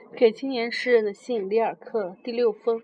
给青年诗人的信，里尔克第6封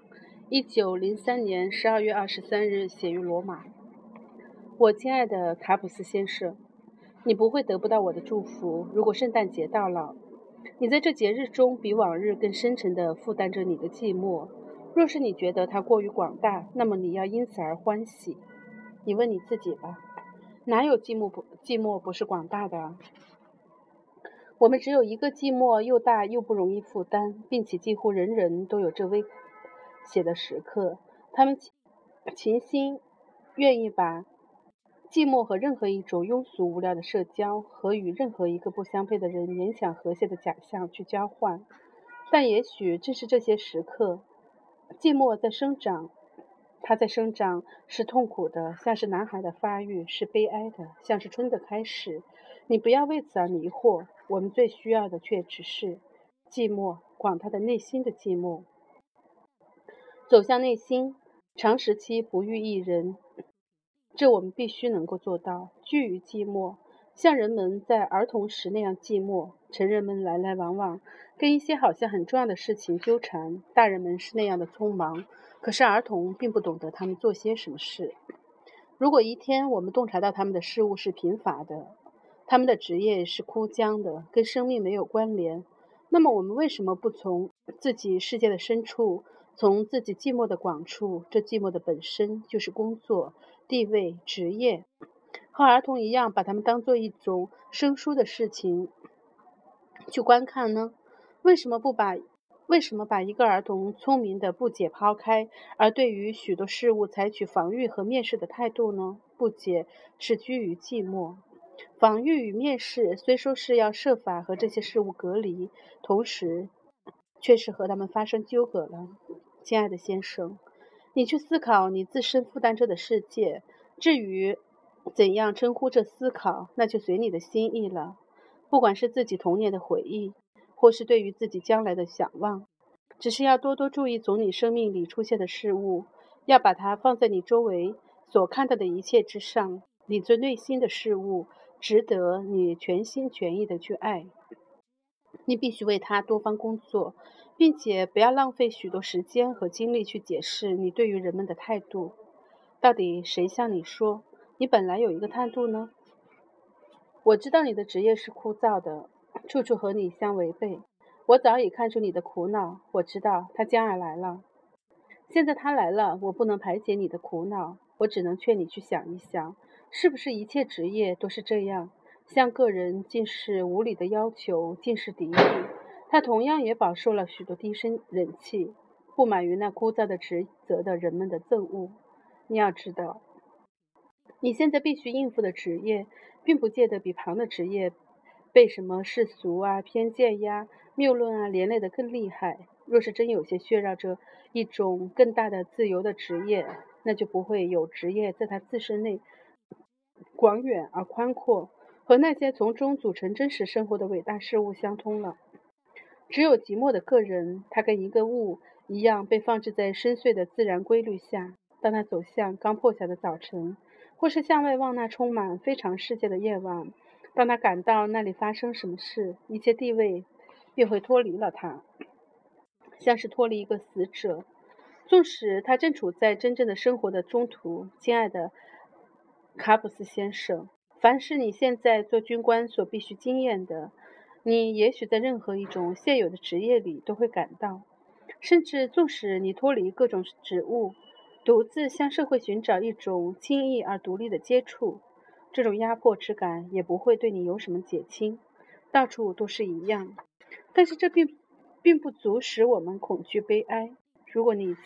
，1903年12月23日写于罗马。我亲爱的卡普斯先生，你不会得不到我的祝福。如果圣诞节到了，你在这节日中比往日更深沉地负担着你的寂寞。若是你觉得它过于广大，那么你要因此而欢喜。你问你自己吧，哪有寂寞不是广大的啊？我们只有一个寂寞又大又不容易负担，并且几乎人人都有这危险的时刻。他们情心愿意把寂寞和任何一种庸俗无聊的社交和与任何一个不相配的人勉强和谐的假象去交换。但也许正是这些时刻，寂寞在生长，它在生长，是痛苦的，像是男孩的发育；是悲哀的，像是春的开始。你不要为此而迷惑，我们最需要的却只是寂寞，广大的内心的寂寞。走向内心，长时期不遇一人，这我们必须能够做到。居于寂寞，像人们在儿童时那样寂寞。成人们来来往往，跟一些好像很重要的事情纠缠；大人们是那样的匆忙，可是儿童并不懂得他们做些什么事。如果一天我们洞察到他们的事物是贫乏的，他们的职业是枯僵的，跟生命没有关联，那么我们为什么不从自己世界的深处，从自己寂寞的广处，这寂寞的本身就是工作、地位、职业，和儿童一样，把它们当作一种生疏的事情去观看呢？为什么把一个儿童聪明的不解抛开，而对于许多事物采取防御和蔑视的态度呢？不解是居于寂寞，防御与蔑视虽说是要设法和这些事物隔离，同时却是和他们发生纠葛了。亲爱的先生，你去思考你自身负担着的世界，至于怎样称呼这思考，那就随你的心意了。不管是自己童年的回忆，或是对于自己将来的想望，只是要多多注意从你生命里出现的事物，要把它放在你周围所看到的一切之上。你最内心的事物值得你全心全意的去爱，你必须为它多方工作，并且不要浪费许多时间和精力去解释你对于人们的态度。到底谁向你说你本来有一个态度呢？我知道你的职业是枯燥的，处处和你相违背。我早已看出你的苦恼，我知道它将要来了。现在它来了，我不能排解你的苦恼，我只能劝你去想一想，是不是一切职业都是这样？向个人尽是无理的要求，尽是敌意。他同样也饱受了许多低声忍气，不满于那枯燥的职责的人们的憎恶。你要知道，你现在必须应付的职业，并不见得比旁的职业被什么世俗啊、偏见呀、谬论啊连累得更厉害。若是真有些炫耀着一种更大的自由的职业，那就不会有职业在它自身内广远而宽阔，和那些从中组成真实生活的伟大事物相通了。只有寂寞的个人，他跟一个物一样被放置在深邃的自然规律下。当他走向刚破晓的早晨，或是向外望那充满非常世界的夜晚，当他感到那里发生什么事，一切地位便会脱离了他，像是脱离一个死者。纵使他正处在真正的生活的中途，亲爱的卡普斯先生，凡是你现在做军官所必须经验的，你也许在任何一种现有的职业里都会感到。甚至纵使你脱离各种职务，独自向社会寻找一种轻易而独立的接触，这种压迫之感也不会对你有什么减轻，到处都是一样。但是这并不足使我们恐惧悲哀。如果你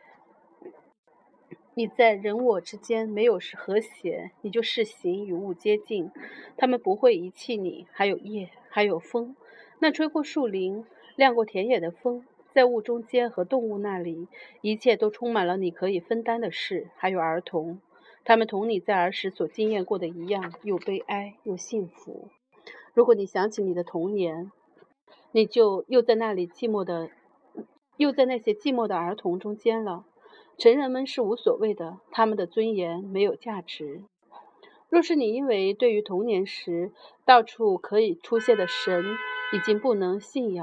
在人我之间没有和谐，你就视行与物接近，他们不会遗弃你。还有夜，还有风，那吹过树林、亮过田野的风，在雾中间和动物那里，一切都充满了你可以分担的事。还有儿童，他们同你在儿时所经验过的一样，又悲哀又幸福。如果你想起你的童年，你就又在那些寂寞的儿童中间了。成人们是无所谓的，他们的尊严没有价值。若是你因为对于童年时到处可以出现的神已经不能信仰，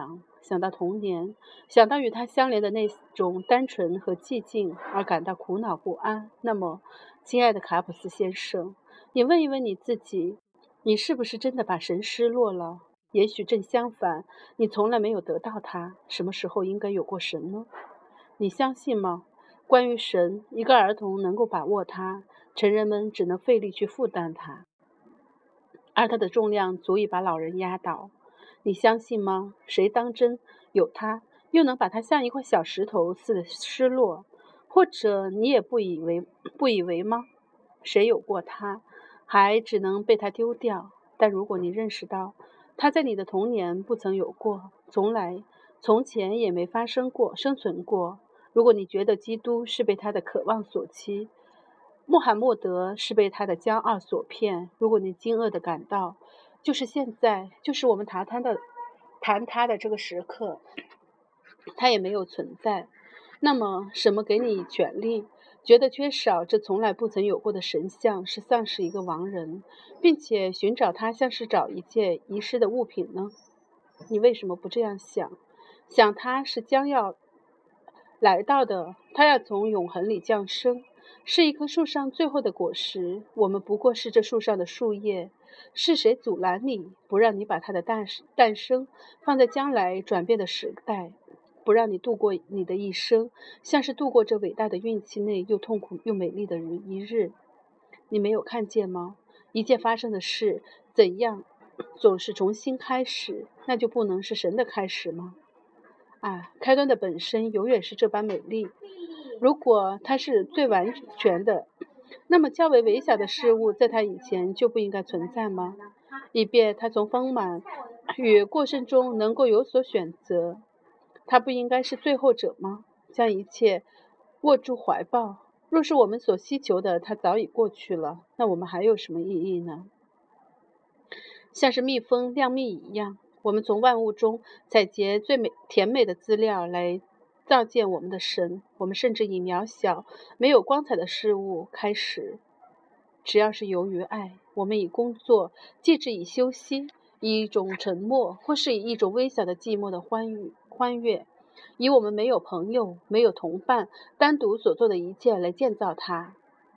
想到童年，想到与它相连的那种单纯和寂静而感到苦恼不安，那么，亲爱的卡普斯先生，你问一问你自己，你是不是真的把神失落了？也许正相反，你从来没有得到它。什么时候应该有过神呢？你相信吗？关于神，一个儿童能够把握它，成人们只能费力去负担它，而它的重量足以把老人压倒。你相信吗？谁当真有它，又能把它像一块小石头似的失落？或者你也不以为吗？谁有过它，还只能被它丢掉。但如果你认识到，它在你的童年不曾有过，从前也没发生过、生存过。如果你觉得基督是被他的渴望所欺，穆罕默德是被他的骄傲所骗，如果你惊愕地感到，就是现在，就是我们谈他的这个时刻，他也没有存在，那么什么给你权利？觉得缺少这从来不曾有过的神像，是丧失一个亡人，并且寻找他像是找一件遗失的物品呢？你为什么不这样想？想他是将要来到的，他要从永恒里降生，是一棵树上最后的果实。我们不过是这树上的树叶。是谁阻拦你，不让你把它的诞生放在将来转变的时代？不让你度过你的一生，像是度过这伟大的运气内又痛苦又美丽的一日。你没有看见吗？一切发生的事怎样总是重新开始，那就不能是神的开始吗？开端的本身永远是这般美丽。如果它是最完全的，那么较为微小的事物在它以前就不应该存在吗？以便它从丰满与过剩中能够有所选择。它不应该是最后者吗？将一切握住怀抱。若是我们所希求的它早已过去了，那我们还有什么意义呢？像是蜜蜂酿蜜一样，我们从万物中采集最甜美的资料来造建我们的神。我们甚至以渺小、没有光彩的事物开始。只要是由于爱，我们以工作，既之以休息，以一种沉默，或是以一种微小的寂寞的欢悦，以我们没有朋友、没有同伴、单独所做的一切来建造它。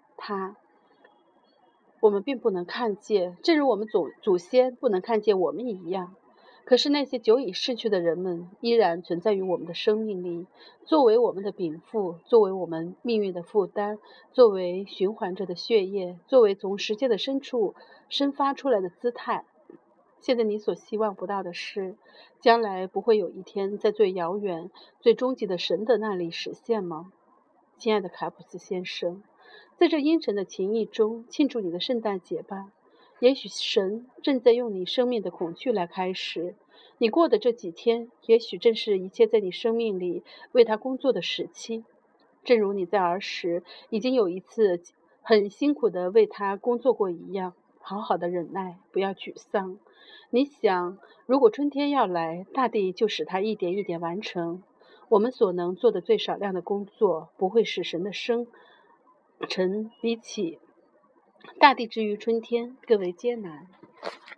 我们并不能看见，正如我们祖先不能看见我们一样。可是那些久已逝去的人们依然存在于我们的生命里，作为我们的禀赋，作为我们命运的负担，作为循环着的血液，作为从时间的深处生发出来的姿态。现在你所希望不到的是，将来不会有一天在最遥远、最终极的神的那里实现吗？亲爱的卡普斯先生，在这阴沉的情谊中庆祝你的圣诞节吧。也许神正在用你生命的恐惧来开始。你过的这几天，也许正是一切在你生命里为他工作的时期。正如你在儿时已经有一次很辛苦地为他工作过一样。好好的忍耐，不要沮丧。你想，如果春天要来，大地就使它一点一点完成。我们所能做的最少量的工作，不会使神的生成比起大地之于春天更为艰难。